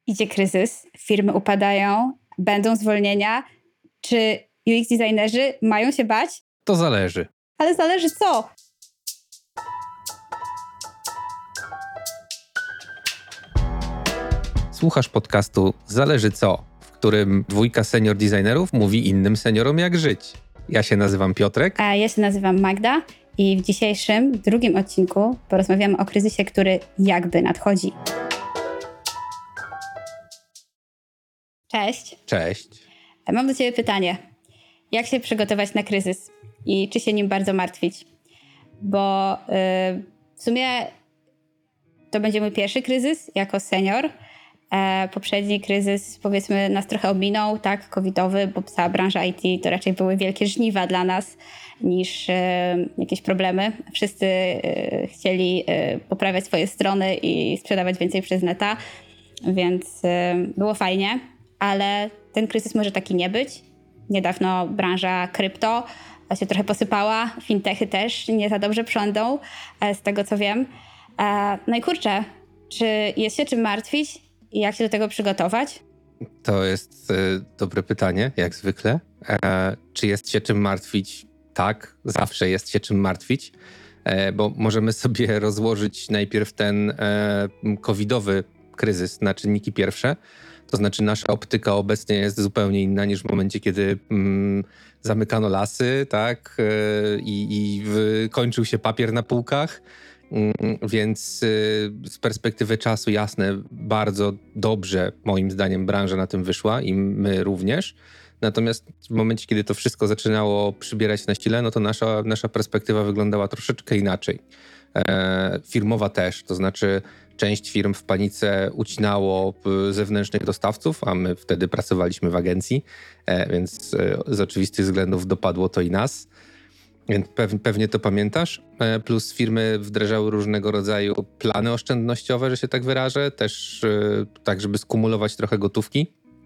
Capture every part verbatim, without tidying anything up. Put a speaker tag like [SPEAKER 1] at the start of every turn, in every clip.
[SPEAKER 1] Idzie kryzys, firmy upadają, będą zwolnienia. Czy U X designerzy mają się bać?
[SPEAKER 2] To zależy.
[SPEAKER 1] Ale zależy co?
[SPEAKER 2] Słuchasz podcastu Zależy co, w którym dwójka senior designerów mówi innym seniorom jak żyć. Ja się nazywam Piotrek.
[SPEAKER 1] A ja się nazywam Magda i w dzisiejszym, drugim odcinku porozmawiamy o kryzysie, który jakby nadchodzi. Cześć.
[SPEAKER 2] Cześć.
[SPEAKER 1] Mam do Ciebie pytanie. Jak się przygotować na kryzys i czy się nim bardzo martwić? Bo yy, w sumie to będzie mój pierwszy kryzys jako senior. E, poprzedni kryzys, powiedzmy, nas trochę ominął, tak, covidowy, bo cała branża I T to raczej były wielkie żniwa dla nas niż e, jakieś problemy. Wszyscy e, chcieli e, poprawiać swoje strony i sprzedawać więcej przez neta, więc e, było fajnie, ale ten kryzys może taki nie być. Niedawno branża krypto się trochę posypała, fintechy też nie za dobrze prządą, e, z tego co wiem. E, no i kurczę, czy jest się czym martwić? I jak się do tego przygotować?
[SPEAKER 2] To jest y, dobre pytanie, jak zwykle. E, czy jest się czym martwić? Tak, zawsze jest się czym martwić, e, bo możemy sobie rozłożyć najpierw ten e, covidowy kryzys na czynniki pierwsze. To znaczy nasza optyka obecnie jest zupełnie inna niż w momencie, kiedy mm, zamykano lasy, tak, e, i, i w, kończył się papier na półkach. Więc z perspektywy czasu, jasne, bardzo dobrze moim zdaniem branża na tym wyszła i my również. Natomiast w momencie, kiedy to wszystko zaczynało przybierać na sile, no to nasza, nasza perspektywa wyglądała troszeczkę inaczej. E, firmowa też, to znaczy część firm w panice ucinało zewnętrznych dostawców, a my wtedy pracowaliśmy w agencji, e, więc z oczywistych względów dopadło to i nas. Więc pewnie to pamiętasz. Plus firmy wdrażały różnego rodzaju plany oszczędnościowe, że się tak wyrażę, też tak, żeby skumulować trochę gotówki.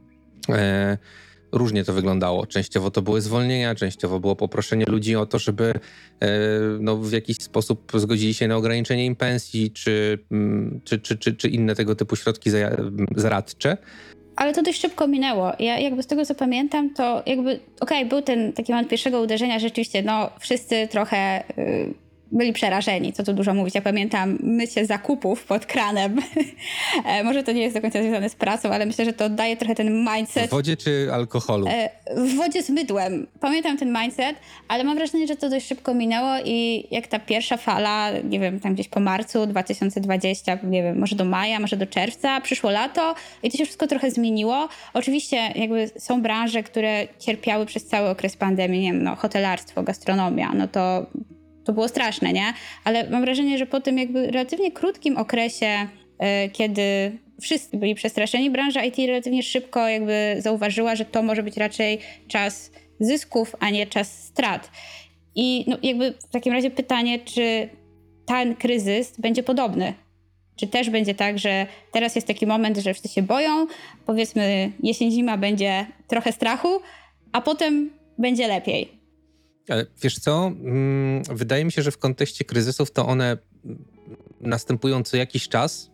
[SPEAKER 2] Różnie to wyglądało. Częściowo to były zwolnienia, częściowo było poproszenie ludzi o to, żeby no, w jakiś sposób zgodzili się na ograniczenie im pensji, czy, czy, czy, czy, czy inne tego typu środki zaradcze.
[SPEAKER 1] Ale to dość szybko minęło. Ja jakby z tego, co pamiętam, to jakby, okej, okay, był ten taki moment pierwszego uderzenia, rzeczywiście, no wszyscy trochę y, byli przerażeni, co tu dużo mówić. Ja pamiętam mycie zakupów pod kranem. e, może to nie jest do końca związane z pracą, ale myślę, że to daje trochę ten mindset.
[SPEAKER 2] W wodzie czy alkoholu? E,
[SPEAKER 1] w wodzie z mydłem. Pamiętam ten mindset, ale mam wrażenie, że to dość szybko minęło i jak ta pierwsza fala, nie wiem, tam gdzieś po marcu dwa tysiące dwudziestym, nie wiem, może do maja, może do czerwca, przyszło lato i to się wszystko trochę zmieniło. Oczywiście jakby są branże, które cierpiały przez cały okres pandemii, nie wiem, no hotelarstwo, gastronomia, no to To było straszne, nie? Ale mam wrażenie, że po tym jakby relatywnie krótkim okresie, yy, kiedy wszyscy byli przestraszeni, branża I T relatywnie szybko jakby zauważyła, że to może być raczej czas zysków, a nie czas strat. I no, jakby w takim razie pytanie, czy ten kryzys będzie podobny? Czy też będzie tak, że teraz jest taki moment, że wszyscy się boją, powiedzmy jesień, zima będzie trochę strachu, a potem będzie lepiej?
[SPEAKER 2] Ale wiesz co, wydaje mi się, że w kontekście kryzysów to one następują co jakiś czas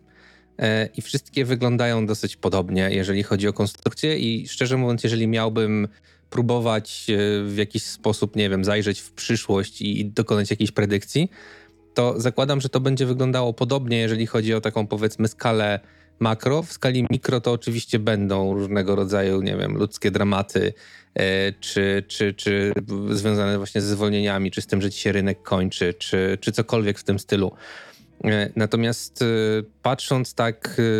[SPEAKER 2] i wszystkie wyglądają dosyć podobnie, jeżeli chodzi o konstrukcję i szczerze mówiąc, jeżeli miałbym próbować w jakiś sposób, nie wiem, zajrzeć w przyszłość i dokonać jakiejś predykcji, to zakładam, że to będzie wyglądało podobnie, jeżeli chodzi o taką, powiedzmy, skalę makro. W skali mikro to oczywiście będą różnego rodzaju, nie wiem, ludzkie dramaty, e, czy, czy, czy związane właśnie ze zwolnieniami, czy z tym, że ci się rynek kończy, czy, czy cokolwiek w tym stylu. E, natomiast e, patrząc tak, e,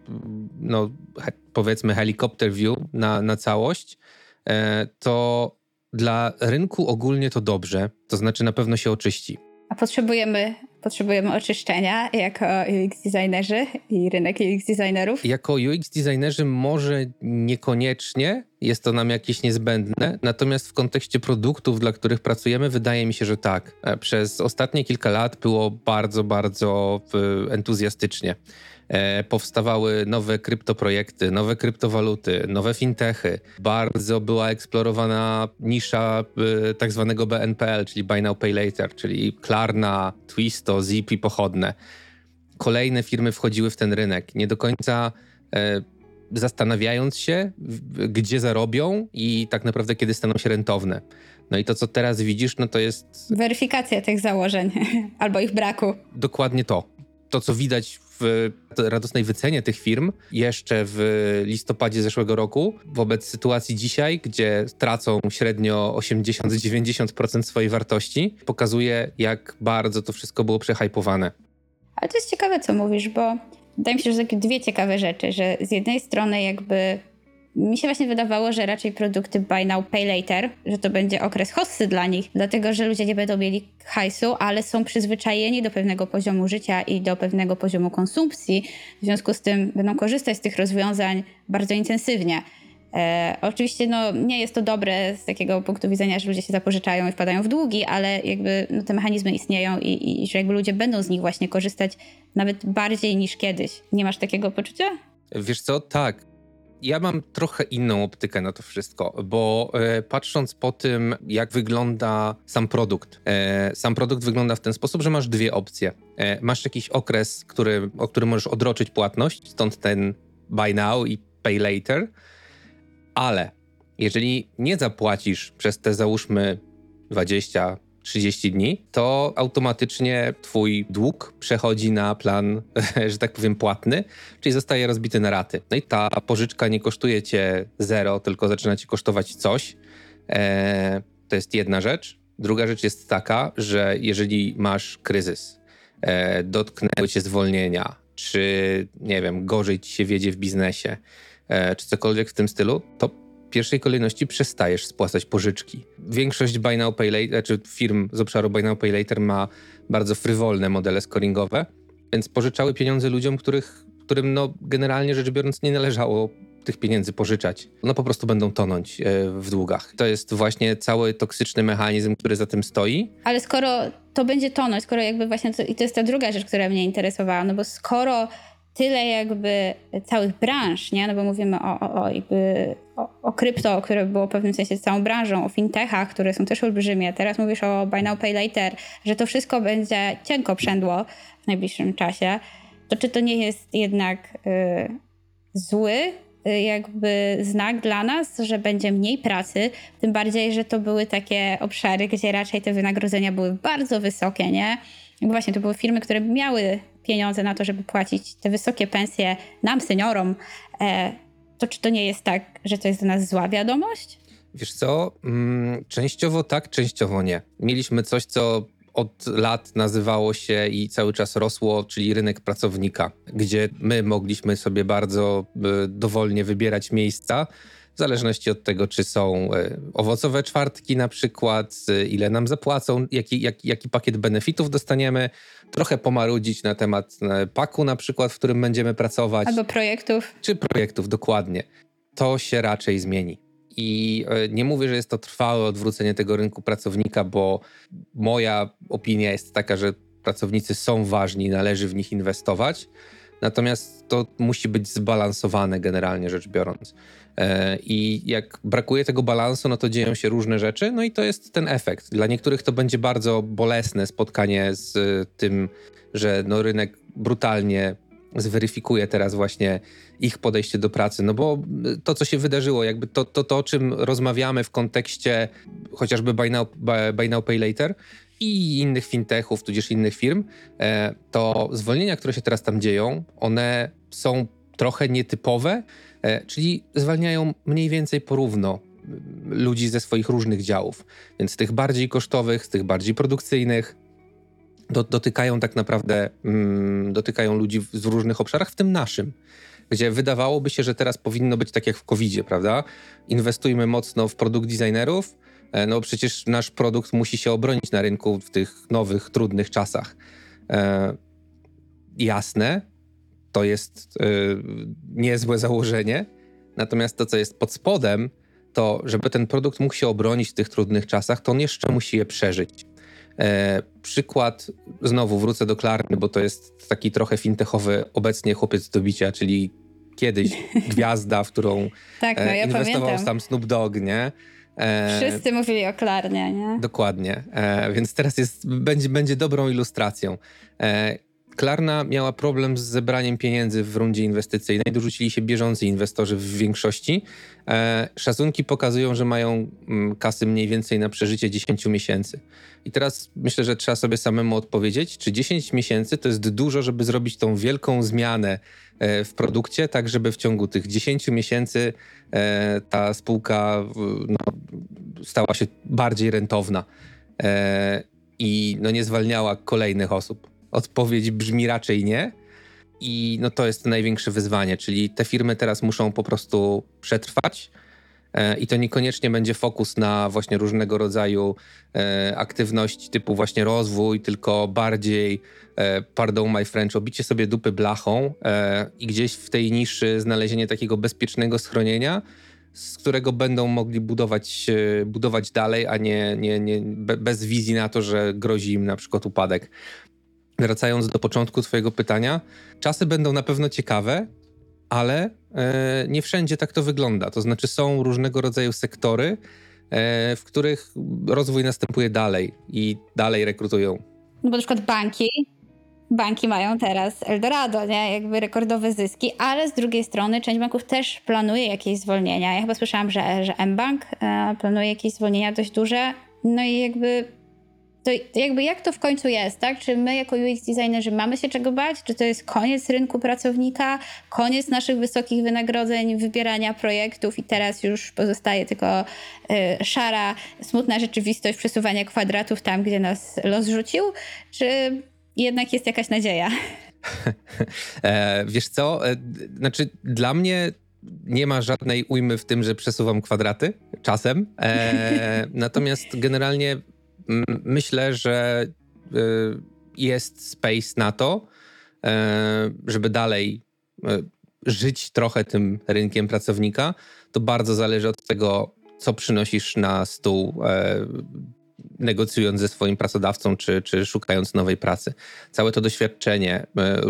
[SPEAKER 2] no he, powiedzmy helicopter view na, na całość, e, to dla rynku ogólnie to dobrze, to znaczy na pewno się oczyści.
[SPEAKER 1] A potrzebujemy, potrzebujemy oczyszczenia jako U X designerzy i rynek U X designerów?
[SPEAKER 2] Jako U X designerzy może niekoniecznie jest to nam jakieś niezbędne, natomiast w kontekście produktów, dla których pracujemy, wydaje mi się, że tak. Przez ostatnie kilka lat było bardzo, bardzo entuzjastycznie. Powstawały nowe kryptoprojekty, nowe kryptowaluty, nowe fintechy. Bardzo była eksplorowana nisza tak zwanego B N P L, czyli Buy Now Pay Later, czyli Klarna, Twisto, Zip i pochodne. Kolejne firmy wchodziły w ten rynek. Nie do końca zastanawiając się, gdzie zarobią i tak naprawdę kiedy staną się rentowne. No i to, co teraz widzisz, no to jest...
[SPEAKER 1] Weryfikacja tych założeń albo ich braku.
[SPEAKER 2] Dokładnie to. To, co widać w radosnej wycenie tych firm jeszcze w listopadzie zeszłego roku, wobec sytuacji dzisiaj, gdzie tracą średnio osiemdziesiąt do dziewięćdziesięciu procent swojej wartości, pokazuje, jak bardzo to wszystko było przehajpowane.
[SPEAKER 1] Ale to jest ciekawe, co mówisz, bo wydaje mi się, że takie dwie ciekawe rzeczy, że z jednej strony jakby mi się właśnie wydawało, że raczej produkty buy now, pay later, że to będzie okres hossy dla nich, dlatego że ludzie nie będą mieli hajsu, ale są przyzwyczajeni do pewnego poziomu życia i do pewnego poziomu konsumpcji. W związku z tym będą korzystać z tych rozwiązań bardzo intensywnie. E, oczywiście no, nie jest to dobre z takiego punktu widzenia, że ludzie się zapożyczają i wpadają w długi, ale jakby no, te mechanizmy istnieją i, i, i że jakby ludzie będą z nich właśnie korzystać nawet bardziej niż kiedyś. Nie masz takiego poczucia?
[SPEAKER 2] Wiesz co, tak. Ja mam trochę inną optykę na to wszystko, bo e, patrząc po tym, jak wygląda sam produkt. E, sam produkt wygląda w ten sposób, że masz dwie opcje. E, masz jakiś okres, który, o którym możesz odroczyć płatność, stąd ten buy now i pay later, ale jeżeli nie zapłacisz przez te załóżmy dwadzieścia trzydzieści dni, to automatycznie twój dług przechodzi na plan, że tak powiem, płatny, czyli zostaje rozbity na raty. No i ta pożyczka nie kosztuje cię zero, tylko zaczyna ci kosztować coś. Eee, to jest jedna rzecz. Druga rzecz jest taka, że jeżeli masz kryzys, e, dotknęły cię zwolnienia, czy nie wiem, gorzej ci się wiedzie w biznesie, e, czy cokolwiek w tym stylu, to w pierwszej kolejności przestajesz spłacać pożyczki. Większość buy now, pay later, czy firm z obszaru buy now, pay later ma bardzo frywolne modele scoringowe, więc pożyczały pieniądze ludziom, których, którym no, generalnie rzecz biorąc nie należało tych pieniędzy pożyczać. No po prostu będą tonąć w długach. To jest właśnie cały toksyczny mechanizm, który za tym stoi.
[SPEAKER 1] Ale skoro to będzie tonąć, skoro jakby właśnie, to, i to jest ta druga rzecz, która mnie interesowała, no bo skoro tyle jakby całych branż, nie? No bo mówimy o, o, o, jakby o, o krypto, które było w pewnym sensie całą branżą, o fintechach, które są też olbrzymie. Teraz mówisz o buy now, pay later, że to wszystko będzie cienko przędło w najbliższym czasie. To czy to nie jest jednak y, zły y, jakby znak dla nas, że będzie mniej pracy, tym bardziej, że to były takie obszary, gdzie raczej te wynagrodzenia były bardzo wysokie, nie? Bo właśnie to były firmy, które miały pieniądze na to, żeby płacić te wysokie pensje nam, seniorom, e, to czy to nie jest tak, że to jest dla nas zła wiadomość?
[SPEAKER 2] Wiesz co, mm, częściowo tak, częściowo nie. Mieliśmy coś, co od lat nazywało się i cały czas rosło, czyli rynek pracownika, gdzie my mogliśmy sobie bardzo y, dowolnie wybierać miejsca, w zależności od tego, czy są y, owocowe czwartki na przykład, y, ile nam zapłacą, jaki, jak, jaki pakiet benefitów dostaniemy, trochę pomarudzić na temat y, paku na przykład, w którym będziemy pracować.
[SPEAKER 1] Albo projektów.
[SPEAKER 2] Czy projektów, dokładnie. To się raczej zmieni. I y, nie mówię, że jest to trwałe odwrócenie tego rynku pracownika, bo moja opinia jest taka, że pracownicy są ważni, należy w nich inwestować, natomiast to musi być zbalansowane generalnie rzecz biorąc. I jak brakuje tego balansu, no to dzieją się różne rzeczy, no i to jest ten efekt. Dla niektórych to będzie bardzo bolesne spotkanie z tym, że no rynek brutalnie zweryfikuje teraz właśnie ich podejście do pracy, no bo to, co się wydarzyło, jakby to, to, to o czym rozmawiamy w kontekście chociażby buy now, buy now, pay later i innych fintechów, tudzież innych firm, to zwolnienia, które się teraz tam dzieją, one są trochę nietypowe, czyli zwalniają mniej więcej porówno ludzi ze swoich różnych działów. Więc z tych bardziej kosztowych, z tych bardziej produkcyjnych do, dotykają tak naprawdę mm, dotykają ludzi w, w różnych obszarach, w tym naszym, gdzie wydawałoby się, że teraz powinno być tak jak w kowidzie, prawda? Inwestujmy mocno w produkt designerów, no przecież nasz produkt musi się obronić na rynku w tych nowych, trudnych czasach. E, jasne, to jest y, niezłe założenie, natomiast to, co jest pod spodem, to żeby ten produkt mógł się obronić w tych trudnych czasach, to on jeszcze musi je przeżyć. E, przykład, znowu wrócę do Klarny, bo to jest taki trochę fintechowy obecnie chłopiec do bicia, czyli kiedyś gwiazda, w którą
[SPEAKER 1] tak, no, ja
[SPEAKER 2] inwestował
[SPEAKER 1] pamiętam.
[SPEAKER 2] sam Snoop Dogg, nie?
[SPEAKER 1] E, Wszyscy mówili o Klarnie, nie?
[SPEAKER 2] Dokładnie, e, więc teraz jest, będzie, będzie dobrą ilustracją. E, Klarna miała problem z zebraniem pieniędzy w rundzie inwestycyjnej. Dorzucili się bieżący inwestorzy w większości. E, szacunki pokazują, że mają mm, kasy mniej więcej na przeżycie dziesięć miesięcy. I teraz myślę, że trzeba sobie samemu odpowiedzieć, czy dziesięć miesięcy to jest dużo, żeby zrobić tą wielką zmianę e, w produkcie, tak żeby w ciągu tych dziesięciu miesięcy e, ta spółka no, stała się bardziej rentowna e, i no, nie zwalniała kolejnych osób. Odpowiedź brzmi raczej nie. I no to jest największe wyzwanie, czyli te firmy teraz muszą po prostu przetrwać e, i to niekoniecznie będzie fokus na właśnie różnego rodzaju e, aktywności typu właśnie rozwój, tylko bardziej, e, pardon my French, obicie sobie dupy blachą e, i gdzieś w tej niszy znalezienie takiego bezpiecznego schronienia, z którego będą mogli budować, e, budować dalej, a nie, nie, nie be, bez wizji na to, że grozi im na przykład upadek. Wracając do początku twojego pytania, czasy będą na pewno ciekawe, ale e, nie wszędzie tak to wygląda. To znaczy są różnego rodzaju sektory, e, w których rozwój następuje dalej i dalej rekrutują.
[SPEAKER 1] No bo na przykład banki, banki mają teraz Eldorado, nie? Jakby rekordowe zyski, ale z drugiej strony część banków też planuje jakieś zwolnienia. Ja chyba słyszałam, że, że mBank e, planuje jakieś zwolnienia dość duże, no i jakby To, to jakby jak to w końcu jest, tak? Czy my jako U X designerzy mamy się czego bać? Czy to jest koniec rynku pracownika, koniec naszych wysokich wynagrodzeń, wybierania projektów i teraz już pozostaje tylko y, szara, smutna rzeczywistość przesuwania kwadratów tam, gdzie nas los rzucił? Czy jednak jest jakaś nadzieja?
[SPEAKER 2] e, wiesz co? E, znaczy dla mnie nie ma żadnej ujmy w tym, że przesuwam kwadraty czasem. E, natomiast generalnie myślę, że jest space na to, żeby dalej żyć trochę tym rynkiem pracownika. To bardzo zależy od tego, co przynosisz na stół, negocjując ze swoim pracodawcą, czy, czy szukając nowej pracy. Całe to doświadczenie,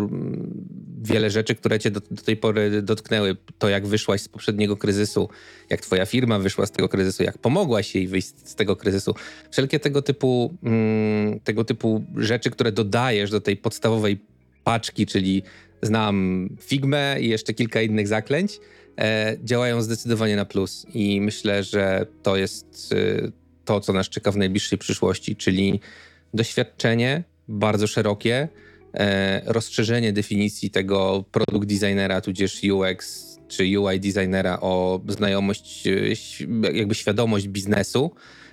[SPEAKER 2] wiele rzeczy, które cię do, do tej pory dotknęły, to jak wyszłaś z poprzedniego kryzysu, jak twoja firma wyszła z tego kryzysu, jak pomogłaś jej wyjść z tego kryzysu. Wszelkie tego typu, tego typu rzeczy, które dodajesz do tej podstawowej paczki, czyli znam Figmę i jeszcze kilka innych zaklęć, działają zdecydowanie na plus i myślę, że to jest to, co nas czeka w najbliższej przyszłości, czyli doświadczenie bardzo szerokie, e, rozszerzenie definicji tego produkt designera, tudzież U X czy U I designera o znajomość, jakby świadomość biznesu,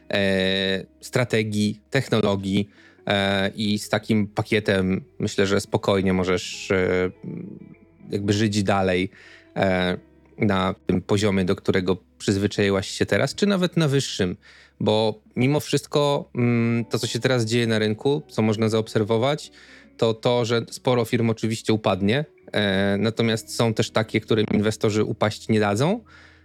[SPEAKER 2] e, strategii, technologii e, i z takim pakietem myślę, że spokojnie możesz e, jakby żyć dalej e, na tym poziomie, do którego przyzwyczaiłaś się teraz, czy nawet na wyższym. Bo mimo wszystko to, co się teraz dzieje na rynku, co można zaobserwować, to to, że sporo firm oczywiście upadnie, e, natomiast są też takie, którym inwestorzy upaść nie dadzą,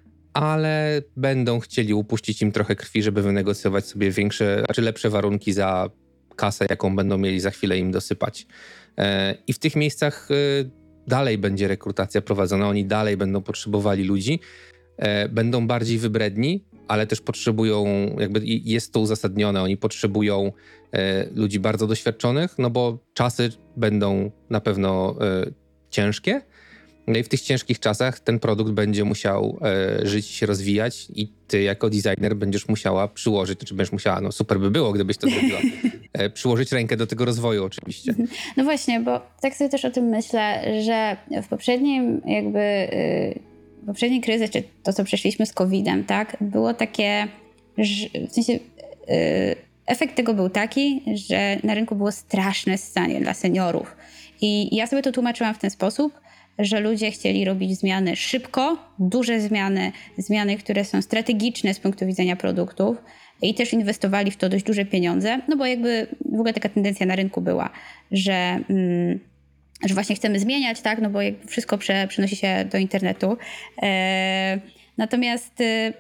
[SPEAKER 2] ale będą chcieli upuścić im trochę krwi, żeby wynegocjować sobie większe, czy lepsze warunki za kasę, jaką będą mieli za chwilę im dosypać. E, I w tych miejscach e, dalej będzie rekrutacja prowadzona, oni dalej będą potrzebowali ludzi, e, będą bardziej wybredni, ale też potrzebują, jakby jest to uzasadnione, oni potrzebują e, ludzi bardzo doświadczonych, no bo czasy będą na pewno e, ciężkie. No i w tych ciężkich czasach ten produkt będzie musiał e, żyć i się rozwijać i ty jako designer będziesz musiała przyłożyć, czy będziesz musiała, no super by było, gdybyś to zrobiła, e, przyłożyć rękę do tego rozwoju oczywiście.
[SPEAKER 1] No właśnie, bo tak sobie też o tym myślę, że w poprzednim jakby... Yy... poprzedni kryzys, czy to, co przeszliśmy z kowidem, tak, było takie, że, w sensie yy, efekt tego był taki, że na rynku było straszne ssanie dla seniorów. I ja sobie to tłumaczyłam w ten sposób, że ludzie chcieli robić zmiany szybko, duże zmiany, zmiany, które są strategiczne z punktu widzenia produktów i też inwestowali w to dość duże pieniądze, no bo jakby w ogóle taka tendencja na rynku była, że... Mm, że właśnie chcemy zmieniać, tak, no bo jakby wszystko prze, przenosi się do internetu. E, natomiast e,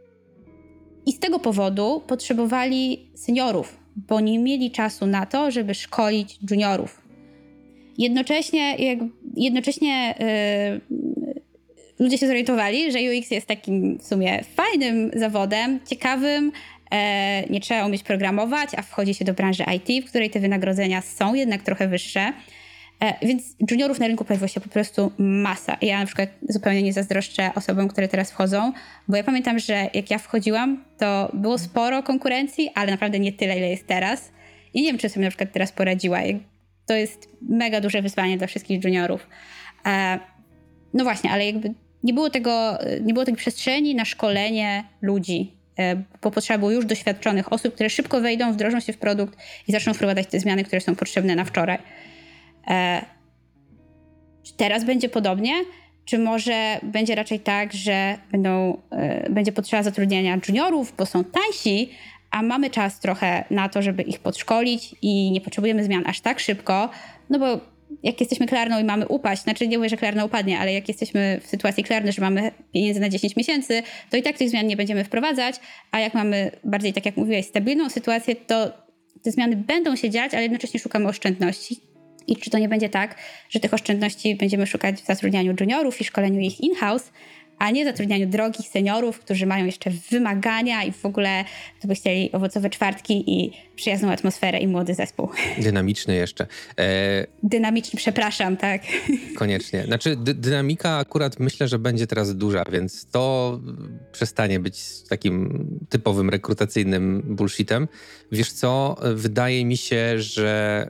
[SPEAKER 1] i z tego powodu potrzebowali seniorów, bo nie mieli czasu na to, żeby szkolić juniorów. Jednocześnie, jak, jednocześnie e, ludzie się zorientowali, że U X jest takim w sumie fajnym zawodem, ciekawym, e, nie trzeba umieć programować, a wchodzi się do branży I T, w której te wynagrodzenia są jednak trochę wyższe. E, więc juniorów na rynku pojawiło się po prostu masa. Ja na przykład zupełnie nie zazdroszczę osobom, które teraz wchodzą, bo ja pamiętam, że jak ja wchodziłam, to było sporo konkurencji, ale naprawdę nie tyle, ile jest teraz. I nie wiem, czy sobie na przykład teraz poradziła. To jest mega duże wyzwanie dla wszystkich juniorów. E, no właśnie, ale jakby nie było tego, nie było tej przestrzeni na szkolenie ludzi, e, bo potrzeba było już doświadczonych osób, które szybko wejdą, wdrożą się w produkt i zaczną wprowadzać te zmiany, które są potrzebne na wczoraj. E, czy teraz będzie podobnie? Czy może będzie raczej tak, że będą, e, będzie potrzeba zatrudniania juniorów, bo są tańsi, a mamy czas trochę na to, żeby ich podszkolić i nie potrzebujemy zmian aż tak szybko, no bo jak jesteśmy Klarną i mamy upaść, znaczy nie mówię, że Klarna upadnie, ale jak jesteśmy w sytuacji Klarny, że mamy pieniędzy na dziesięć miesięcy, to i tak tych zmian nie będziemy wprowadzać, a jak mamy bardziej, tak jak mówiłeś, stabilną sytuację, to te zmiany będą się dziać, ale jednocześnie szukamy oszczędności. I czy to nie będzie tak, że tych oszczędności będziemy szukać w zatrudnianiu juniorów i szkoleniu ich in-house, a nie zatrudnianiu drogich seniorów, którzy mają jeszcze wymagania i w ogóle to by chcieli owocowe czwartki i przyjazną atmosferę i młody zespół.
[SPEAKER 2] Dynamiczny jeszcze. E...
[SPEAKER 1] Dynamiczny, przepraszam, tak.
[SPEAKER 2] Koniecznie. Znaczy dy- dynamika akurat myślę, że będzie teraz duża, więc to przestanie być takim typowym rekrutacyjnym bullshitem. Wiesz co, wydaje mi się, że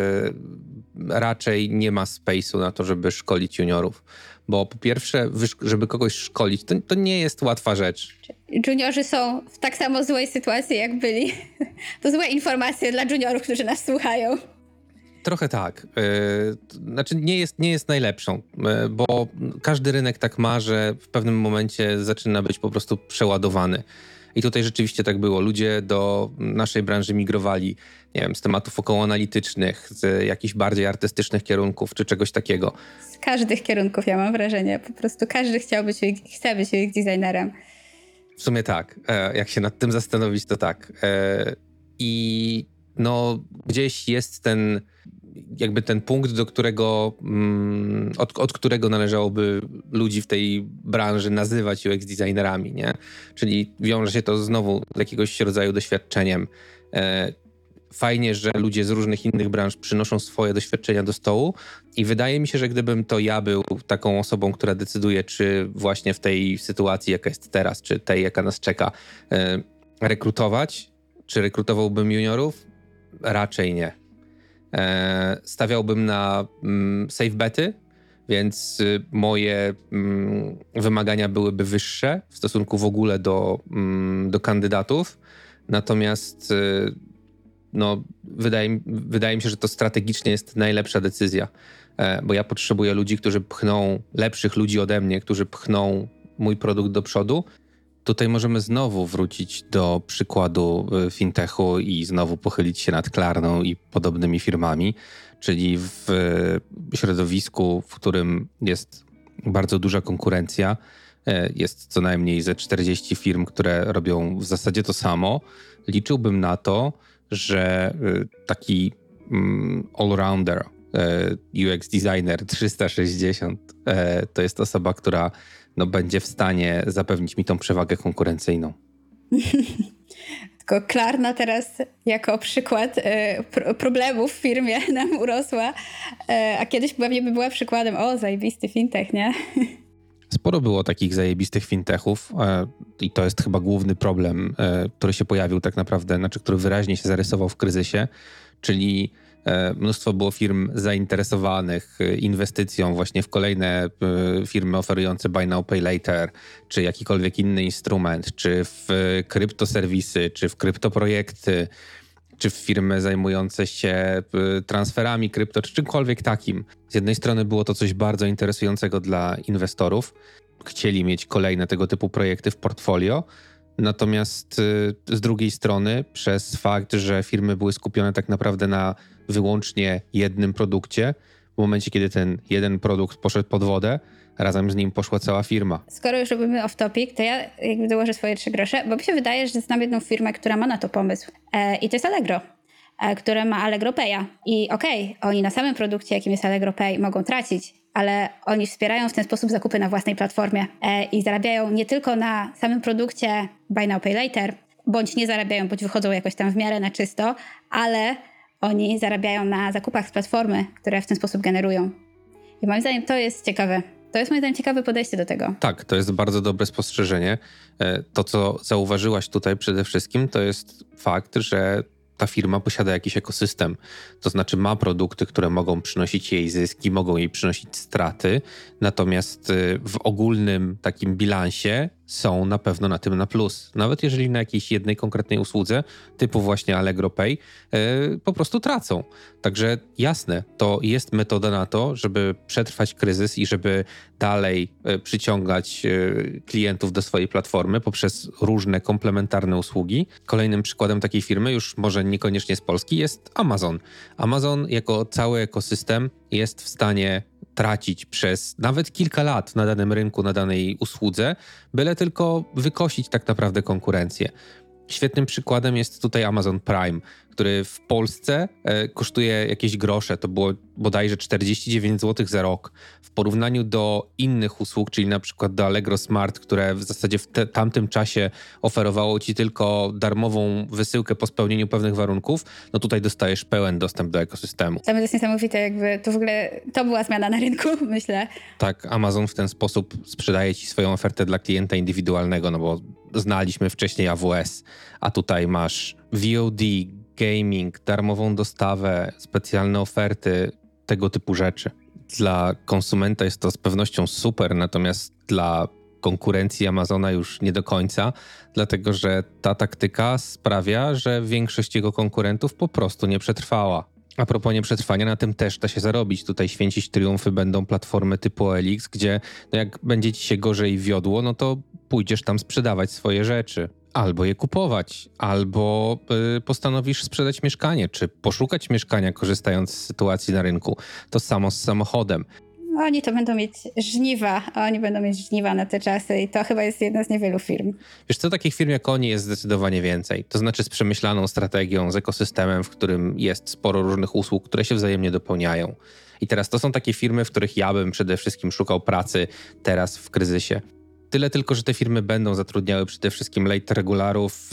[SPEAKER 2] e, raczej nie ma space'u na to, żeby szkolić juniorów. Bo po pierwsze, żeby kogoś szkolić, to, to nie jest łatwa rzecz.
[SPEAKER 1] Juniorzy są w tak samo złej sytuacji, jak byli. To złe informacje dla juniorów, którzy nas słuchają.
[SPEAKER 2] Trochę tak. Yy, znaczy nie jest, nie jest najlepszą, yy, bo każdy rynek tak ma, że w pewnym momencie zaczyna być po prostu przeładowany. I tutaj rzeczywiście tak było. Ludzie do naszej branży migrowali, nie wiem, z tematów okołoanalitycznych, z jakichś bardziej artystycznych kierunków, czy czegoś takiego.
[SPEAKER 1] Z każdych kierunków, ja mam wrażenie. Po prostu każdy chciał być, chce być U X designerem.
[SPEAKER 2] W sumie tak. E, jak się nad tym zastanowić, to tak. E, I no gdzieś jest ten jakby ten punkt, do którego, mm, od, od którego należałoby ludzi w tej branży nazywać U X designerami, nie? Czyli wiąże się to znowu z jakiegoś rodzaju doświadczeniem. E, fajnie, że ludzie z różnych innych branż przynoszą swoje doświadczenia do stołu i wydaje mi się, że gdybym to ja był taką osobą, która decyduje, czy właśnie w tej sytuacji, jaka jest teraz, czy tej, jaka nas czeka, e, rekrutować, czy rekrutowałbym juniorów? Raczej nie. E, stawiałbym na mm, safe bety, więc y, moje mm, wymagania byłyby wyższe w stosunku w ogóle do, mm, do kandydatów. Natomiast y, no, wydaje, wydaje mi się, że to strategicznie jest najlepsza decyzja, e, bo ja potrzebuję ludzi, którzy pchną, lepszych ludzi ode mnie, którzy pchną mój produkt do przodu. Tutaj możemy znowu wrócić do przykładu fintechu i znowu pochylić się nad Klarną i podobnymi firmami, czyli w środowisku, w którym jest bardzo duża konkurencja, jest co najmniej ze czterdzieści firm, które robią w zasadzie to samo. Liczyłbym na to, że taki all-rounder, U X designer trzysta sześćdziesiąt to jest osoba, która no, będzie w stanie zapewnić mi tą przewagę konkurencyjną.
[SPEAKER 1] Tylko Klarna teraz jako przykład e, pro, problemów w firmie nam urosła, e, a kiedyś pewnie by była przykładem, o, zajebisty fintech, nie?
[SPEAKER 2] Sporo było takich zajebistych fintechów e, i to jest chyba główny problem, e, który się pojawił tak naprawdę, znaczy który wyraźnie się zarysował w kryzysie, czyli mnóstwo było firm zainteresowanych inwestycją właśnie w kolejne firmy oferujące buy now, pay later, czy jakikolwiek inny instrument, czy w kryptoserwisy, czy w kryptoprojekty, czy w firmy zajmujące się transferami krypto, czy czymkolwiek takim. Z jednej strony było to coś bardzo interesującego dla inwestorów. Chcieli mieć kolejne tego typu projekty w portfolio. Natomiast z drugiej strony przez fakt, że firmy były skupione tak naprawdę na wyłącznie jednym produkcie, w momencie, kiedy ten jeden produkt poszedł pod wodę, razem z nim poszła cała firma.
[SPEAKER 1] Skoro już robimy off-topic, to ja jakby dołożę swoje trzy grosze, bo mi się wydaje, że znam jedną firmę, która ma na to pomysł. E, I to jest Allegro, e, które ma Allegro Pay'a. I okej, okay, oni na samym produkcie, jakim jest Allegro Pay, mogą tracić, ale oni wspierają w ten sposób zakupy na własnej platformie e, i zarabiają nie tylko na samym produkcie buy now, pay later, bądź nie zarabiają, bądź wychodzą jakoś tam w miarę na czysto, ale oni zarabiają na zakupach z platformy, które w ten sposób generują. I moim zdaniem to jest ciekawe. To jest moim zdaniem ciekawe podejście do tego.
[SPEAKER 2] Tak, to jest bardzo dobre spostrzeżenie. To, co zauważyłaś tutaj przede wszystkim, to jest fakt, że ta firma posiada jakiś ekosystem. To znaczy ma produkty, które mogą przynosić jej zyski, mogą jej przynosić straty, natomiast w ogólnym takim bilansie są na pewno na tym na plus. Nawet jeżeli na jakiejś jednej konkretnej usłudze, typu właśnie Allegro Pay, yy, po prostu tracą. Także jasne, to jest metoda na to, żeby przetrwać kryzys i żeby dalej yy, przyciągać yy, klientów do swojej platformy poprzez różne komplementarne usługi. Kolejnym przykładem takiej firmy, już może niekoniecznie z Polski, jest Amazon. Amazon jako cały ekosystem jest w stanie tracić przez nawet kilka lat na danym rynku, na danej usłudze, byle tylko wykosić tak naprawdę konkurencję. Świetnym przykładem jest tutaj Amazon Prime, który w Polsce e, kosztuje jakieś grosze, to było bodajże czterdzieści dziewięć złotych za rok. W porównaniu do innych usług, czyli na przykład do Allegro Smart, które w zasadzie w te, tamtym czasie oferowało ci tylko darmową wysyłkę po spełnieniu pewnych warunków, no tutaj dostajesz pełen dostęp do ekosystemu.
[SPEAKER 1] To jest niesamowite, jakby to w ogóle, to była zmiana na rynku, myślę.
[SPEAKER 2] Tak, Amazon w ten sposób sprzedaje ci swoją ofertę dla klienta indywidualnego, no bo znaliśmy wcześniej A W S, a tutaj masz V O D, gaming, darmową dostawę, specjalne oferty, tego typu rzeczy. Dla konsumenta jest to z pewnością super, natomiast dla konkurencji Amazona już nie do końca, dlatego że ta taktyka sprawia, że większość jego konkurentów po prostu nie przetrwała. A propos nieprzetrwania, na tym też da się zarobić. Tutaj święcić triumfy będą platformy typu O L X, gdzie no jak będzie ci się gorzej wiodło, no to pójdziesz tam sprzedawać swoje rzeczy. Albo je kupować, albo y, postanowisz sprzedać mieszkanie, czy poszukać mieszkania, korzystając z sytuacji na rynku. To samo z samochodem.
[SPEAKER 1] Oni to będą mieć żniwa, oni będą mieć żniwa na te czasy i to chyba jest jedna z niewielu firm.
[SPEAKER 2] Wiesz co, takich firm jak oni jest zdecydowanie więcej. To znaczy z przemyślaną strategią, z ekosystemem, w którym jest sporo różnych usług, które się wzajemnie dopełniają. I teraz to są takie firmy, w których ja bym przede wszystkim szukał pracy teraz w kryzysie. Tyle tylko, że te firmy będą zatrudniały przede wszystkim late regularów,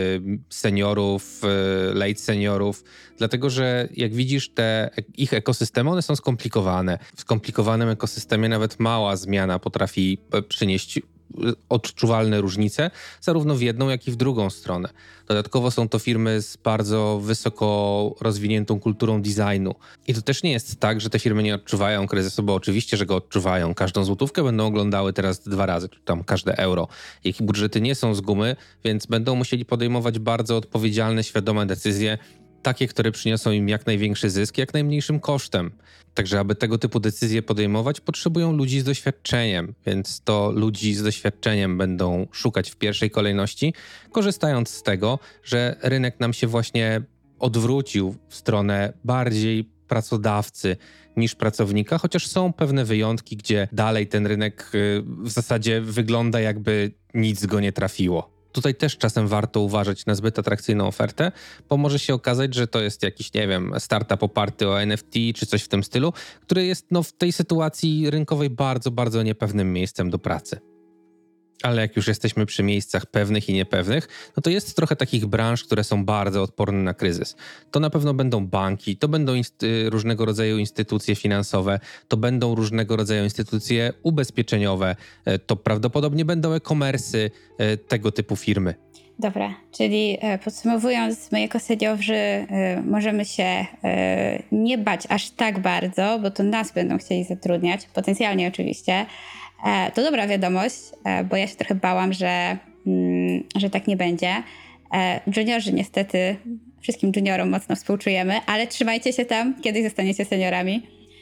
[SPEAKER 2] seniorów, late seniorów, dlatego że jak widzisz, te ich ekosystemy, one są skomplikowane. W skomplikowanym ekosystemie nawet mała zmiana potrafi przynieść odczuwalne różnice, zarówno w jedną, jak i w drugą stronę. Dodatkowo są to firmy z bardzo wysoko rozwiniętą kulturą designu. I to też nie jest tak, że te firmy nie odczuwają kryzysu, bo oczywiście, że go odczuwają. Każdą złotówkę będą oglądały teraz dwa razy, czy tam każde euro. Ich budżety nie są z gumy, więc będą musieli podejmować bardzo odpowiedzialne, świadome decyzje, takie, które przyniosą im jak największy zysk, jak najmniejszym kosztem. Także aby tego typu decyzje podejmować, potrzebują ludzi z doświadczeniem, więc to ludzi z doświadczeniem będą szukać w pierwszej kolejności, korzystając z tego, że rynek nam się właśnie odwrócił w stronę bardziej pracodawcy niż pracownika, chociaż są pewne wyjątki, gdzie dalej ten rynek w zasadzie wygląda, jakby nic go nie trafiło. Tutaj też czasem warto uważać na zbyt atrakcyjną ofertę, bo może się okazać, że to jest jakiś, nie wiem, startup oparty o N F T czy coś w tym stylu, który jest no, w tej sytuacji rynkowej bardzo, bardzo niepewnym miejscem do pracy. Ale jak już jesteśmy przy miejscach pewnych i niepewnych, no to jest trochę takich branż, które są bardzo odporne na kryzys. To na pewno będą banki, to będą inst- różnego rodzaju instytucje finansowe, to będą różnego rodzaju instytucje ubezpieczeniowe, to prawdopodobnie będą e-commerce'y, tego typu firmy.
[SPEAKER 1] Dobra, czyli podsumowując, my jako seniorzy możemy się nie bać aż tak bardzo, bo to nas będą chcieli zatrudniać, potencjalnie oczywiście. To dobra wiadomość, bo ja się trochę bałam, że, że tak nie będzie. Juniorzy niestety, wszystkim juniorom mocno współczujemy, ale trzymajcie się tam, kiedyś zostaniecie seniorami.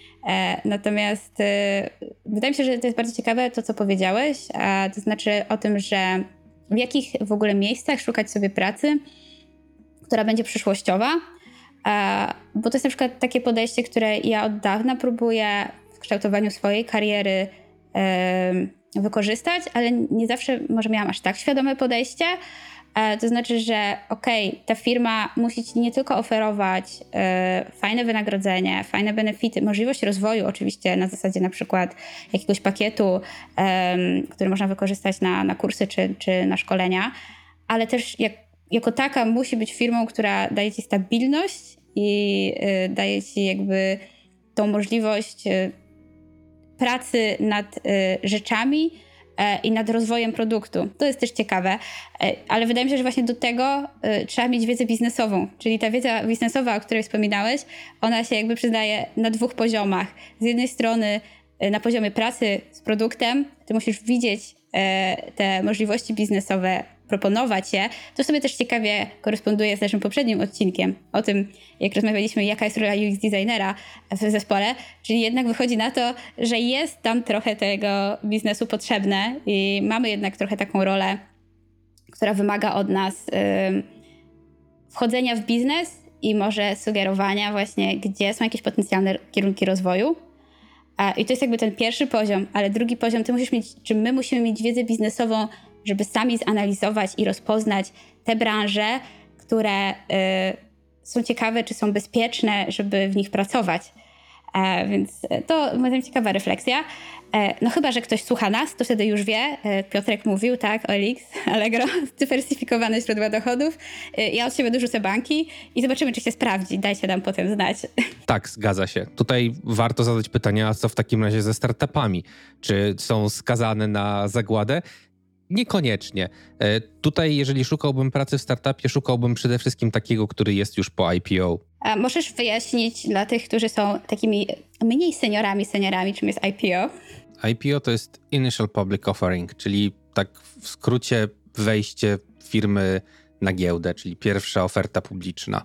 [SPEAKER 1] Natomiast wydaje mi się, że to jest bardzo ciekawe to, co powiedziałeś, to znaczy o tym, że w jakich w ogóle miejscach szukać sobie pracy, która będzie przyszłościowa, bo to jest na przykład takie podejście, które ja od dawna próbuję w kształtowaniu swojej kariery wykorzystać, ale nie zawsze może miałam aż tak świadome podejście. To znaczy, że okej, okay, ta firma musi ci nie tylko oferować fajne wynagrodzenie, fajne benefity, możliwość rozwoju oczywiście na zasadzie na przykład jakiegoś pakietu, który można wykorzystać na, na kursy czy, czy na szkolenia, ale też jak, jako taka musi być firmą, która daje ci stabilność i y, daje ci jakby tą możliwość y, pracy nad y, rzeczami y, i nad rozwojem produktu. To jest też ciekawe, y, ale wydaje mi się, że właśnie do tego y, trzeba mieć wiedzę biznesową, czyli ta wiedza biznesowa, o której wspominałeś, ona się jakby przyznaje na dwóch poziomach. Z jednej strony y, na poziomie pracy z produktem, ty musisz widzieć y, te możliwości biznesowe, proponować je. To sobie też ciekawie koresponduje z naszym poprzednim odcinkiem o tym, jak rozmawialiśmy, jaka jest rola U X designera w zespole, czyli jednak wychodzi na to, że jest tam trochę tego biznesu potrzebne i mamy jednak trochę taką rolę, która wymaga od nas yy, wchodzenia w biznes i może sugerowania właśnie, gdzie są jakieś potencjalne kierunki rozwoju. I to jest jakby ten pierwszy poziom, ale drugi poziom, ty musisz mieć, czy my musimy mieć wiedzę biznesową, żeby sami zanalizować i rozpoznać te branże, które y, są ciekawe, czy są bezpieczne, żeby w nich pracować. E, więc to moim zdaniem ciekawa refleksja. E, no chyba, że ktoś słucha nas, to wtedy już wie. E, Piotrek mówił, tak, O L X, Allegro, dywersyfikowane źródła dochodów. E, ja od siebie dorzucę banki i zobaczymy, czy się sprawdzi. Dajcie nam potem znać.
[SPEAKER 2] Tak, zgadza się. Tutaj warto zadać pytanie, a co w takim razie ze startupami? Czy są skazane na zagładę? Niekoniecznie. Tutaj, jeżeli szukałbym pracy w startupie, szukałbym przede wszystkim takiego, który jest już po I P O.
[SPEAKER 1] A możesz wyjaśnić dla tych, którzy są takimi mniej seniorami, seniorami, czym jest I P O?
[SPEAKER 2] I P O to jest Initial Public Offering, czyli tak w skrócie wejście firmy na giełdę, czyli pierwsza oferta publiczna.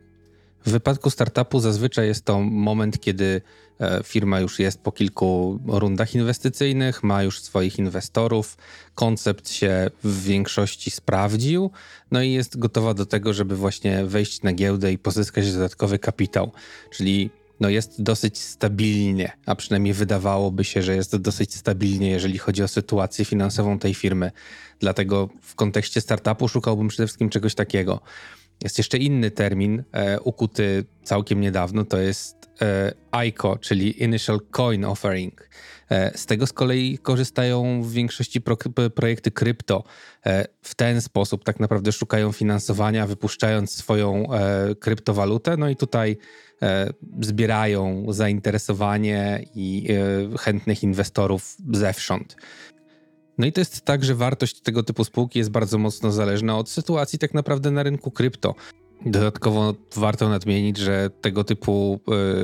[SPEAKER 2] W wypadku startupu zazwyczaj jest to moment, kiedy firma już jest po kilku rundach inwestycyjnych, ma już swoich inwestorów, koncept się w większości sprawdził, no i jest gotowa do tego, żeby właśnie wejść na giełdę i pozyskać dodatkowy kapitał. Czyli no jest dosyć stabilnie, a przynajmniej wydawałoby się, że jest dosyć stabilnie, jeżeli chodzi o sytuację finansową tej firmy. Dlatego w kontekście startupu szukałbym przede wszystkim czegoś takiego. Jest jeszcze inny termin e, ukuty całkiem niedawno, to jest e, I C O, czyli Initial Coin Offering. E, z tego z kolei korzystają w większości pro, projekty krypto. E, w ten sposób tak naprawdę szukają finansowania, wypuszczając swoją e, kryptowalutę, no i tutaj e, zbierają zainteresowanie i e, chętnych inwestorów zewsząd. No i to jest tak, że wartość tego typu spółki jest bardzo mocno zależna od sytuacji tak naprawdę na rynku krypto. Dodatkowo warto nadmienić, że tego typu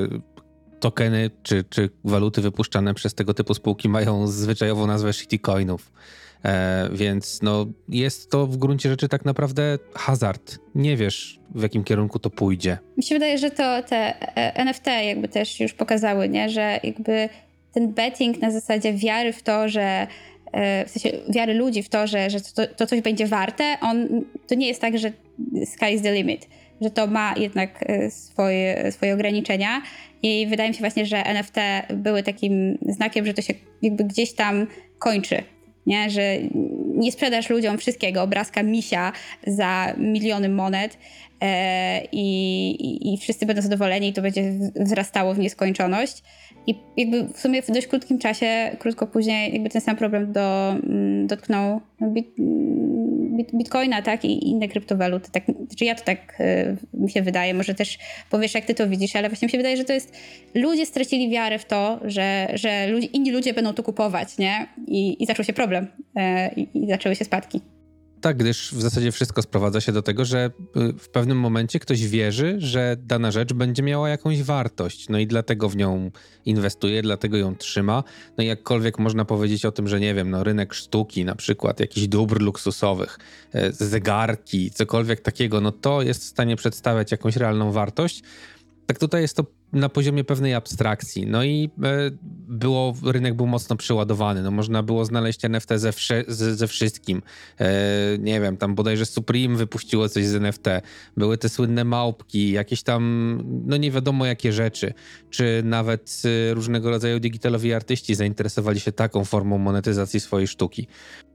[SPEAKER 2] y, tokeny czy, czy waluty wypuszczane przez tego typu spółki mają zwyczajowo nazwę shitcoinów. E, więc no, jest to w gruncie rzeczy tak naprawdę hazard. Nie wiesz, w jakim kierunku to pójdzie.
[SPEAKER 1] Mi się wydaje, że to te N F T jakby też już pokazały, nie? Że jakby ten betting na zasadzie wiary w to, że w sensie wiary ludzi w to, że, że to, to coś będzie warte, on, to nie jest tak, że sky is the limit, że to ma jednak swoje, swoje ograniczenia i wydaje mi się właśnie, że N F T były takim znakiem, że to się jakby gdzieś tam kończy, nie? Że nie sprzedasz ludziom wszystkiego, obrazka misia za miliony monet e, i, i wszyscy będą zadowoleni i to będzie wzrastało w nieskończoność. I jakby w sumie w dość krótkim czasie, krótko później jakby ten sam problem do, dotknął bit, bit, bitcoina, tak, i inne kryptowaluty. Tak, czy ja to tak y, mi się wydaje, może też powiesz, jak ty to widzisz, ale właśnie mi się wydaje, że to jest, ludzie stracili wiarę w to, że, że ludzie, inni ludzie będą to kupować, nie? I, i zaczął się problem y, i zaczęły się spadki.
[SPEAKER 2] Tak, gdyż w zasadzie wszystko sprowadza się do tego, że w pewnym momencie ktoś wierzy, że dana rzecz będzie miała jakąś wartość, no i dlatego w nią inwestuje, dlatego ją trzyma. No i jakkolwiek można powiedzieć o tym, że nie wiem, no rynek sztuki, na przykład jakichś dóbr luksusowych, zegarki, cokolwiek takiego, no to jest w stanie przedstawiać jakąś realną wartość. Tak tutaj jest to na poziomie pewnej abstrakcji. No i e, było, rynek był mocno przeładowany. No można było znaleźć N F T ze, wsze, ze, ze wszystkim. E, nie wiem, tam bodajże Supreme wypuściło coś z N F T. Były te słynne małpki, jakieś tam, no nie wiadomo jakie rzeczy. Czy nawet e, różnego rodzaju digitalowi artyści zainteresowali się taką formą monetyzacji swojej sztuki.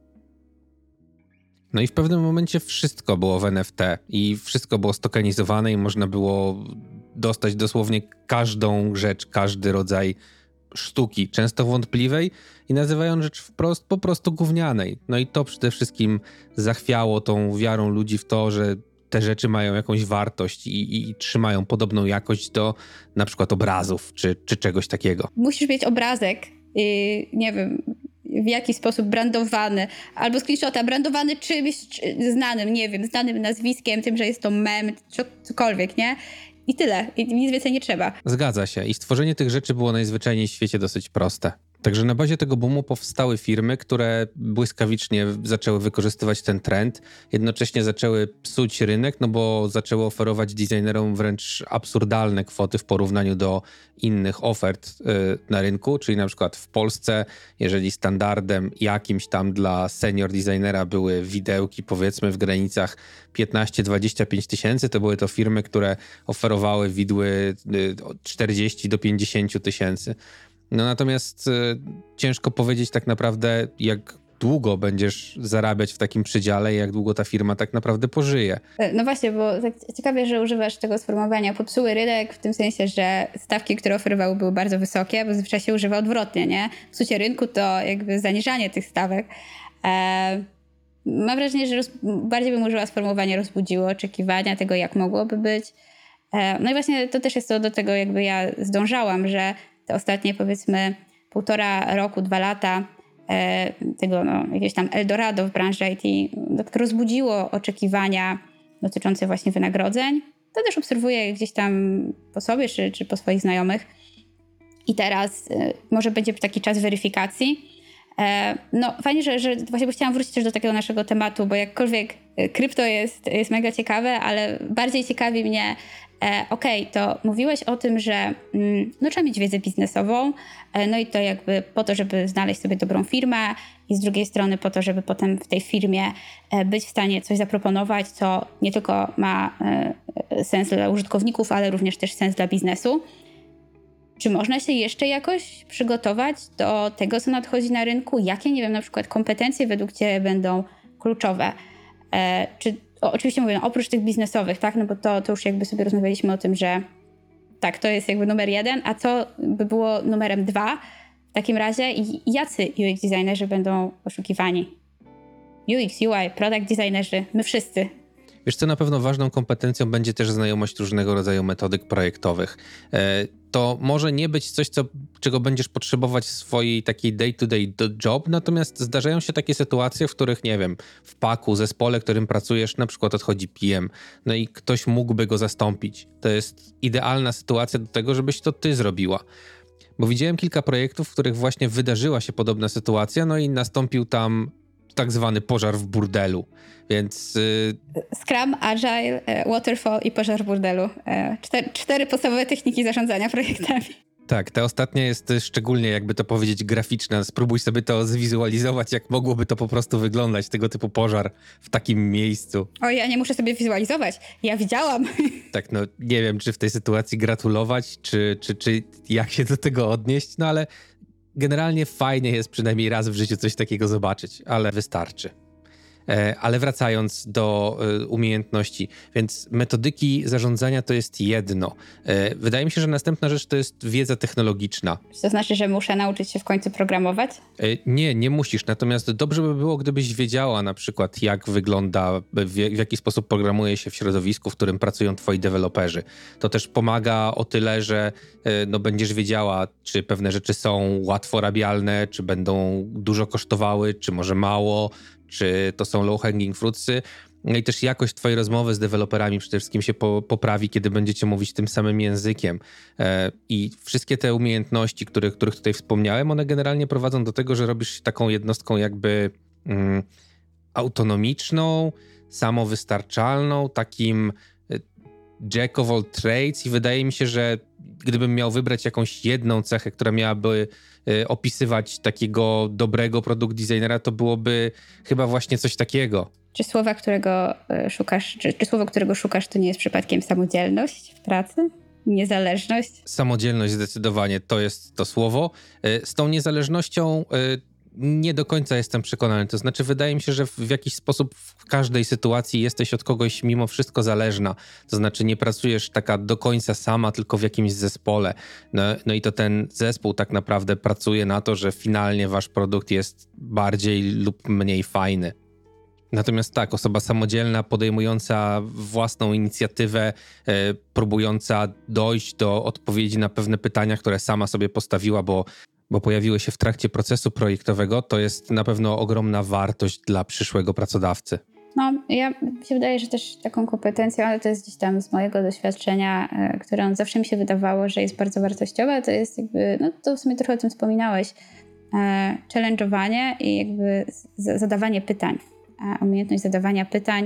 [SPEAKER 2] No i w pewnym momencie wszystko było w N F T i wszystko było stokenizowane i można było dostać dosłownie każdą rzecz, każdy rodzaj sztuki, często wątpliwej i nazywając rzecz wprost po prostu gównianej. No i to przede wszystkim zachwiało tą wiarą ludzi w to, że te rzeczy mają jakąś wartość i, i, i trzymają podobną jakość do na przykład obrazów czy, czy czegoś takiego.
[SPEAKER 1] Musisz mieć obrazek, yy, nie wiem, w jaki sposób brandowany, albo screenshota brandowany czymś czy, znanym, nie wiem, znanym nazwiskiem, tym, że jest to mem, czy cokolwiek, nie? I tyle. I nic więcej nie trzeba.
[SPEAKER 2] Zgadza się. I stworzenie tych rzeczy było najzwyczajniej w świecie dosyć proste. Także na bazie tego boomu powstały firmy, które błyskawicznie zaczęły wykorzystywać ten trend, jednocześnie zaczęły psuć rynek, no bo zaczęły oferować designerom wręcz absurdalne kwoty w porównaniu do innych ofert y, na rynku, czyli na przykład w Polsce, jeżeli standardem jakimś tam dla senior designera były widełki powiedzmy w granicach piętnaście do dwudziestu pięciu tysięcy, to były to firmy, które oferowały widły y, czterdzieści do pięćdziesięciu tysięcy. No natomiast y, ciężko powiedzieć tak naprawdę, jak długo będziesz zarabiać w takim przedziale i jak długo ta firma tak naprawdę pożyje.
[SPEAKER 1] No właśnie, bo tak ciekawie, że używasz tego sformułowania popsuły rynek w tym sensie, że stawki, które oferowały, były bardzo wysokie, bo zazwyczaj się używa odwrotnie, nie? Psucie rynku to jakby zaniżanie tych stawek. E, mam wrażenie, że roz, bardziej bym użyła sformułowania rozbudziło oczekiwania tego, jak mogłoby być. E, no i właśnie to też jest to do tego, jakby ja zdążałam, że te ostatnie powiedzmy półtora roku, dwa lata e, tego no, jakiegoś tam Eldorado w branży I T to rozbudziło oczekiwania dotyczące właśnie wynagrodzeń. To też obserwuję gdzieś tam po sobie czy, czy po swoich znajomych. I teraz e, może będzie taki czas weryfikacji. E, no fajnie, że, że właśnie chciałam wrócić też do takiego naszego tematu, bo jakkolwiek krypto jest, jest mega ciekawe, ale bardziej ciekawi mnie E, Okej, okay, to mówiłeś o tym, że mm, no, trzeba mieć wiedzę biznesową, e, no i to jakby po to, żeby znaleźć sobie dobrą firmę i z drugiej strony po to, żeby potem w tej firmie e, być w stanie coś zaproponować, co nie tylko ma e, sens dla użytkowników, ale również też sens dla biznesu. Czy można się jeszcze jakoś przygotować do tego, co nadchodzi na rynku? Jakie, nie wiem, na przykład kompetencje według Ciebie będą kluczowe? E, czy O, oczywiście mówię, no, oprócz tych biznesowych, tak, no bo to, to już jakby sobie rozmawialiśmy o tym, że tak, to jest jakby numer jeden, a co by było numerem dwa w takim razie i jacy U X designerzy będą poszukiwani? U X, U I, product designerzy, my wszyscy.
[SPEAKER 2] Wiesz co, na pewno ważną kompetencją będzie też znajomość różnego rodzaju metodyk projektowych. To może nie być coś, co, czego będziesz potrzebować w swojej takiej day-to-day job, natomiast zdarzają się takie sytuacje, w których, nie wiem, w paku, zespole, w którym pracujesz, na przykład odchodzi P M, no i ktoś mógłby go zastąpić. To jest idealna sytuacja do tego, żebyś to ty zrobiła. Bo widziałem kilka projektów, w których właśnie wydarzyła się podobna sytuacja, no i nastąpił tam tak zwany pożar w burdelu, więc... Yy...
[SPEAKER 1] Scrum, Agile, Waterfall i pożar w burdelu. Cztery, cztery podstawowe techniki zarządzania projektami.
[SPEAKER 2] Tak, ta ostatnia jest szczególnie, jakby to powiedzieć, graficzna. Spróbuj sobie to zwizualizować, jak mogłoby to po prostu wyglądać, tego typu pożar w takim miejscu.
[SPEAKER 1] O, ja nie muszę sobie wizualizować. Ja widziałam.
[SPEAKER 2] Tak, no nie wiem, czy w tej sytuacji gratulować, czy, czy, czy jak się do tego odnieść, no ale generalnie fajnie jest przynajmniej raz w życiu coś takiego zobaczyć, ale wystarczy. Ale wracając do umiejętności, więc metodyki zarządzania to jest jedno. Wydaje mi się, że następna rzecz to jest wiedza technologiczna.
[SPEAKER 1] Czy to znaczy, że muszę nauczyć się w końcu programować?
[SPEAKER 2] Nie, nie musisz. Natomiast dobrze by było, gdybyś wiedziała na przykład, jak wygląda, w jaki sposób programuje się w środowisku, w którym pracują twoi deweloperzy. To też pomaga o tyle, że no, będziesz wiedziała, czy pewne rzeczy są łatwo rabialne, czy będą dużo kosztowały, czy może mało, czy to są low-hanging fruitsy. No i też jakość twojej rozmowy z deweloperami przede wszystkim się po, poprawi, kiedy będziecie mówić tym samym językiem. E, I wszystkie te umiejętności, których, których tutaj wspomniałem, one generalnie prowadzą do tego, że robisz się taką jednostką jakby mm, autonomiczną, samowystarczalną, takim jack of all trades i wydaje mi się, że gdybym miał wybrać jakąś jedną cechę, która miałaby y, opisywać takiego dobrego produkt designera, to byłoby chyba właśnie coś takiego.
[SPEAKER 1] Czy słowa, którego szukasz, czy, czy słowo, którego szukasz, to nie jest przypadkiem samodzielność w pracy? Niezależność?
[SPEAKER 2] Samodzielność zdecydowanie to jest to słowo. Y, z tą niezależnością y, nie do końca jestem przekonany. To znaczy, wydaje mi się, że w jakiś sposób w każdej sytuacji jesteś od kogoś mimo wszystko zależna. To znaczy, nie pracujesz taka do końca sama, tylko w jakimś zespole. No, no i to ten zespół tak naprawdę pracuje na to, że finalnie wasz produkt jest bardziej lub mniej fajny. Natomiast tak, osoba samodzielna, podejmująca własną inicjatywę, e, próbująca dojść do odpowiedzi na pewne pytania, które sama sobie postawiła, bo, bo pojawiły się w trakcie procesu projektowego, to jest na pewno ogromna wartość dla przyszłego pracodawcy.
[SPEAKER 1] No, ja mi się wydaje, że też taką kompetencją, ale to jest gdzieś tam z mojego doświadczenia, e, które zawsze mi się wydawało, że jest bardzo wartościowe, to jest jakby, no to w sumie trochę o tym wspominałeś, e, challenge'owanie i jakby z, zadawanie pytań. E, umiejętność zadawania pytań.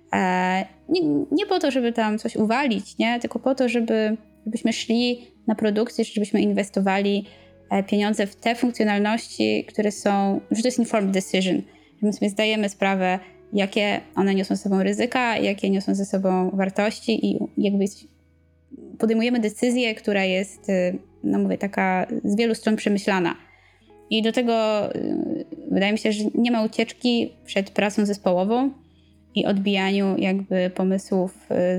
[SPEAKER 1] E, nie, nie po to, żeby tam coś uwalić, nie? Tylko po to, żeby, żebyśmy szli na produkcję, żebyśmy inwestowali e, pieniądze w te funkcjonalności, które są, że to jest informed decision, że my sobie zdajemy sprawę, jakie one niosą ze sobą ryzyka, jakie niosą ze sobą wartości i jakby podejmujemy decyzję, która jest, no mówię, taka z wielu stron przemyślana. I do tego wydaje mi się, że nie ma ucieczki przed pracą zespołową i odbijaniu jakby pomysłów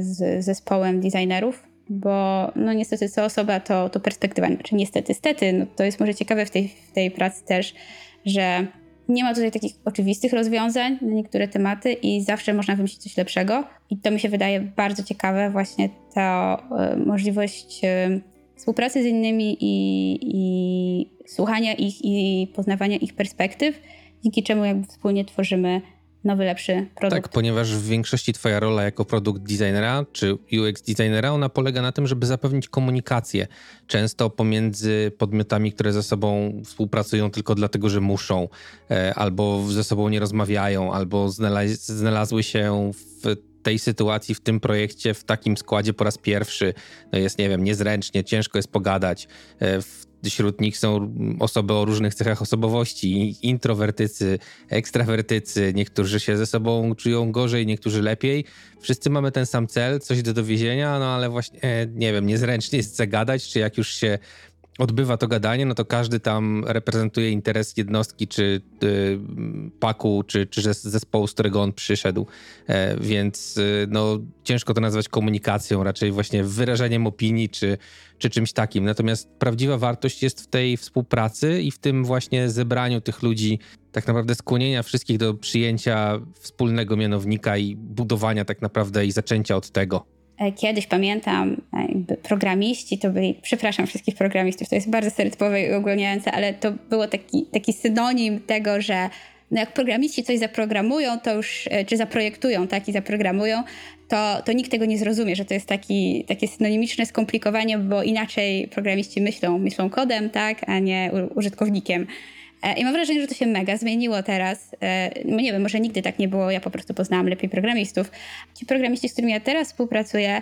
[SPEAKER 1] z zespołem designerów, bo no niestety co osoba to, to perspektywa, czy niestety, stety, no to jest może ciekawe w tej, w tej pracy też, że nie ma tutaj takich oczywistych rozwiązań na niektóre tematy i zawsze można wymyślić coś lepszego. I to mi się wydaje bardzo ciekawe, właśnie ta y, możliwość y, współpracy z innymi i, i słuchania ich i poznawania ich perspektyw, dzięki czemu jakby wspólnie tworzymy nowy, lepszy produkt.
[SPEAKER 2] Tak, ponieważ w większości twoja rola jako produkt designera czy U X designera, ona polega na tym, żeby zapewnić komunikację. Często pomiędzy podmiotami, które ze sobą współpracują tylko dlatego, że muszą, albo ze sobą nie rozmawiają, albo znalaz- znalazły się w tej sytuacji, w tym projekcie, w takim składzie po raz pierwszy. No jest, nie wiem, niezręcznie, ciężko jest pogadać. Wśród nich są osoby o różnych cechach osobowości, introwertycy, ekstrawertycy, niektórzy się ze sobą czują gorzej, niektórzy lepiej. Wszyscy mamy ten sam cel, coś do dowiezienia, no ale właśnie, nie wiem, niezręcznie jest zagadać, czy jak już się odbywa to gadanie, no to każdy tam reprezentuje interes jednostki, czy y, paku, czy, czy zespołu, z którego on przyszedł. E, więc y, no, ciężko to nazwać komunikacją, raczej właśnie wyrażaniem opinii, czy, czy czymś takim. Natomiast prawdziwa wartość jest w tej współpracy i w tym właśnie zebraniu tych ludzi, tak naprawdę skłonienia wszystkich do przyjęcia wspólnego mianownika i budowania tak naprawdę i zaczęcia od tego.
[SPEAKER 1] Kiedyś pamiętam, jakby programiści to byli, przepraszam wszystkich programistów, to jest bardzo stereotypowe i ogólniające, ale to było taki, taki synonim tego, że no jak programiści coś zaprogramują, to już, czy zaprojektują, tak, i zaprogramują, to, to nikt tego nie zrozumie, że to jest taki, takie synonimiczne skomplikowanie, bo inaczej programiści myślą, myślą kodem, tak, a nie użytkownikiem. I mam wrażenie, że to się mega zmieniło teraz. No nie wiem, może nigdy tak nie było, ja po prostu poznałam lepiej programistów. Ci programiści, z którymi ja teraz współpracuję,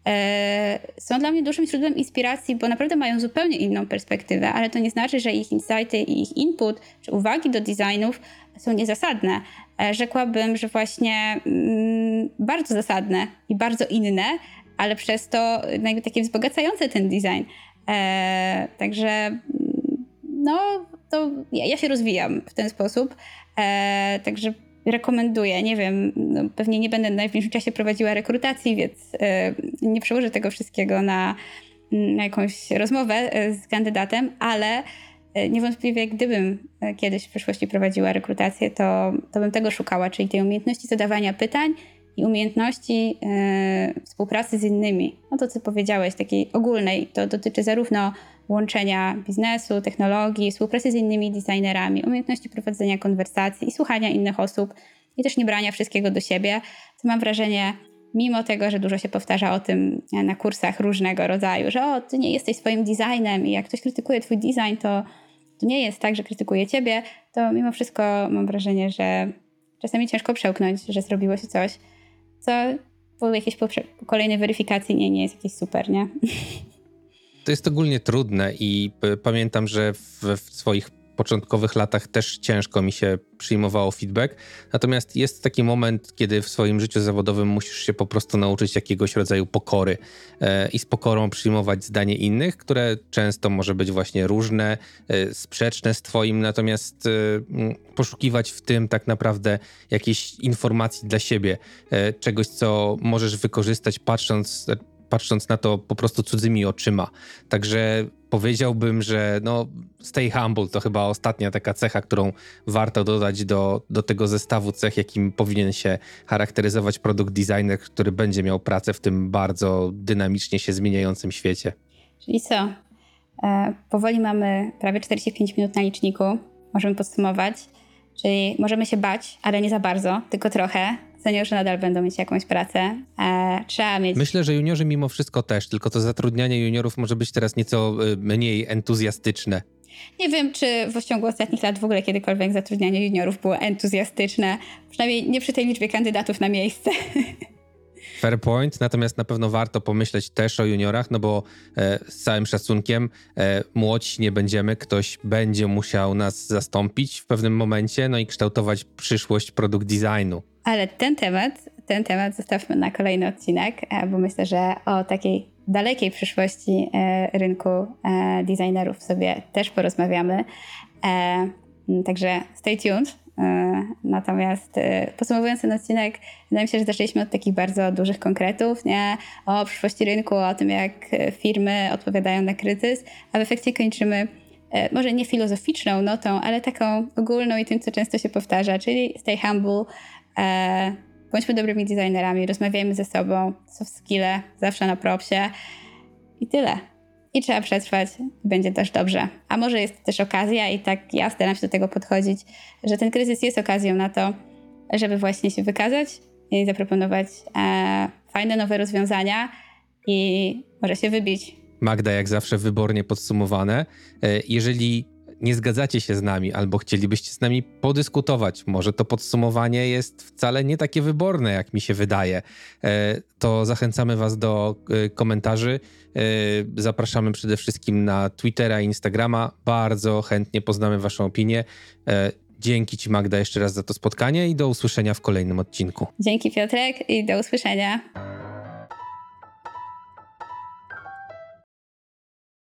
[SPEAKER 1] są dla mnie dużym źródłem inspiracji, bo naprawdę mają zupełnie inną perspektywę, ale to nie znaczy, że ich insighty i ich input czy uwagi do designów są niezasadne. Rzekłabym, że właśnie mm, bardzo zasadne i bardzo inne, ale przez to jakby takie wzbogacające ten design. Także no to ja, ja się rozwijam w ten sposób, e, także rekomenduję, nie wiem, no pewnie nie będę w najbliższym czasie prowadziła rekrutacji, więc e, nie przełożę tego wszystkiego na, na jakąś rozmowę z kandydatem, ale niewątpliwie gdybym kiedyś w przyszłości prowadziła rekrutację, to, to bym tego szukała, czyli tej umiejętności zadawania pytań i umiejętności e, współpracy z innymi. No to, co powiedziałeś, takiej ogólnej, to dotyczy zarówno łączenia biznesu, technologii, współpracy z innymi designerami, umiejętności prowadzenia konwersacji i słuchania innych osób i też nie brania wszystkiego do siebie, co mam wrażenie, mimo tego, że dużo się powtarza o tym na kursach różnego rodzaju, że o, ty nie jesteś swoim designem i jak ktoś krytykuje twój design, to, to nie jest tak, że krytykuje ciebie, to mimo wszystko mam wrażenie, że czasami ciężko przełknąć, że zrobiło się coś, co po jakiejś kolejnej weryfikacji nie, nie jest jakieś super, nie?
[SPEAKER 2] To jest ogólnie trudne i p- pamiętam, że w, w swoich początkowych latach też ciężko mi się przyjmowało feedback. Natomiast jest taki moment, kiedy w swoim życiu zawodowym musisz się po prostu nauczyć jakiegoś rodzaju pokory e, i z pokorą przyjmować zdanie innych, które często może być właśnie różne, e, sprzeczne z twoim, natomiast e, poszukiwać w tym tak naprawdę jakiejś informacji dla siebie, e, czegoś, co możesz wykorzystać patrząc patrząc na to po prostu cudzymi oczyma. Także powiedziałbym, że no stay humble to chyba ostatnia taka cecha, którą warto dodać do, do tego zestawu cech, jakim powinien się charakteryzować produkt designer, który będzie miał pracę w tym bardzo dynamicznie się zmieniającym świecie.
[SPEAKER 1] Czyli co? E, powoli mamy prawie czterdzieści pięć minut na liczniku. Możemy podsumować. Czyli możemy się bać, ale nie za bardzo, tylko trochę. Seniorzy nadal będą mieć jakąś pracę. E, trzeba mieć...
[SPEAKER 2] Myślę, że juniorzy mimo wszystko też, tylko to zatrudnianie juniorów może być teraz nieco y, mniej entuzjastyczne.
[SPEAKER 1] Nie wiem, czy w ciągu ostatnich lat w ogóle kiedykolwiek zatrudnianie juniorów było entuzjastyczne. Przynajmniej nie przy tej liczbie kandydatów na miejsce.
[SPEAKER 2] Fair point, natomiast na pewno warto pomyśleć też o juniorach, no bo e, z całym szacunkiem e, młodzi nie będziemy, ktoś będzie musiał nas zastąpić w pewnym momencie, no i kształtować przyszłość produkt designu.
[SPEAKER 1] Ale ten temat, ten temat zostawmy na kolejny odcinek, e, bo myślę, że o takiej dalekiej przyszłości e, rynku e, designerów sobie też porozmawiamy. E, także stay tuned. Natomiast podsumowując ten odcinek, wydaje mi się, że zaczęliśmy od takich bardzo dużych konkretów, nie? O przyszłości rynku, o tym, jak firmy odpowiadają na kryzys, a w efekcie kończymy może nie filozoficzną notą, ale taką ogólną i tym, co często się powtarza, czyli stay humble, bądźmy dobrymi designerami, rozmawiajmy ze sobą, soft skille zawsze na propsie i tyle. I trzeba przetrwać, będzie też dobrze. A może jest też okazja i tak ja staram się do tego podchodzić, że ten kryzys jest okazją na to, żeby właśnie się wykazać i zaproponować e, fajne, nowe rozwiązania i może się wybić.
[SPEAKER 2] Magda, jak zawsze wybornie podsumowane. Jeżeli nie zgadzacie się z nami albo chcielibyście z nami podyskutować, może to podsumowanie jest wcale nie takie wyborne, jak mi się wydaje, to zachęcamy was do komentarzy. Zapraszamy przede wszystkim na Twittera i Instagrama. Bardzo chętnie poznamy waszą opinię. Dzięki ci, Magda, jeszcze raz za to spotkanie i do usłyszenia w kolejnym odcinku.
[SPEAKER 1] Dzięki, Piotrek, i do usłyszenia.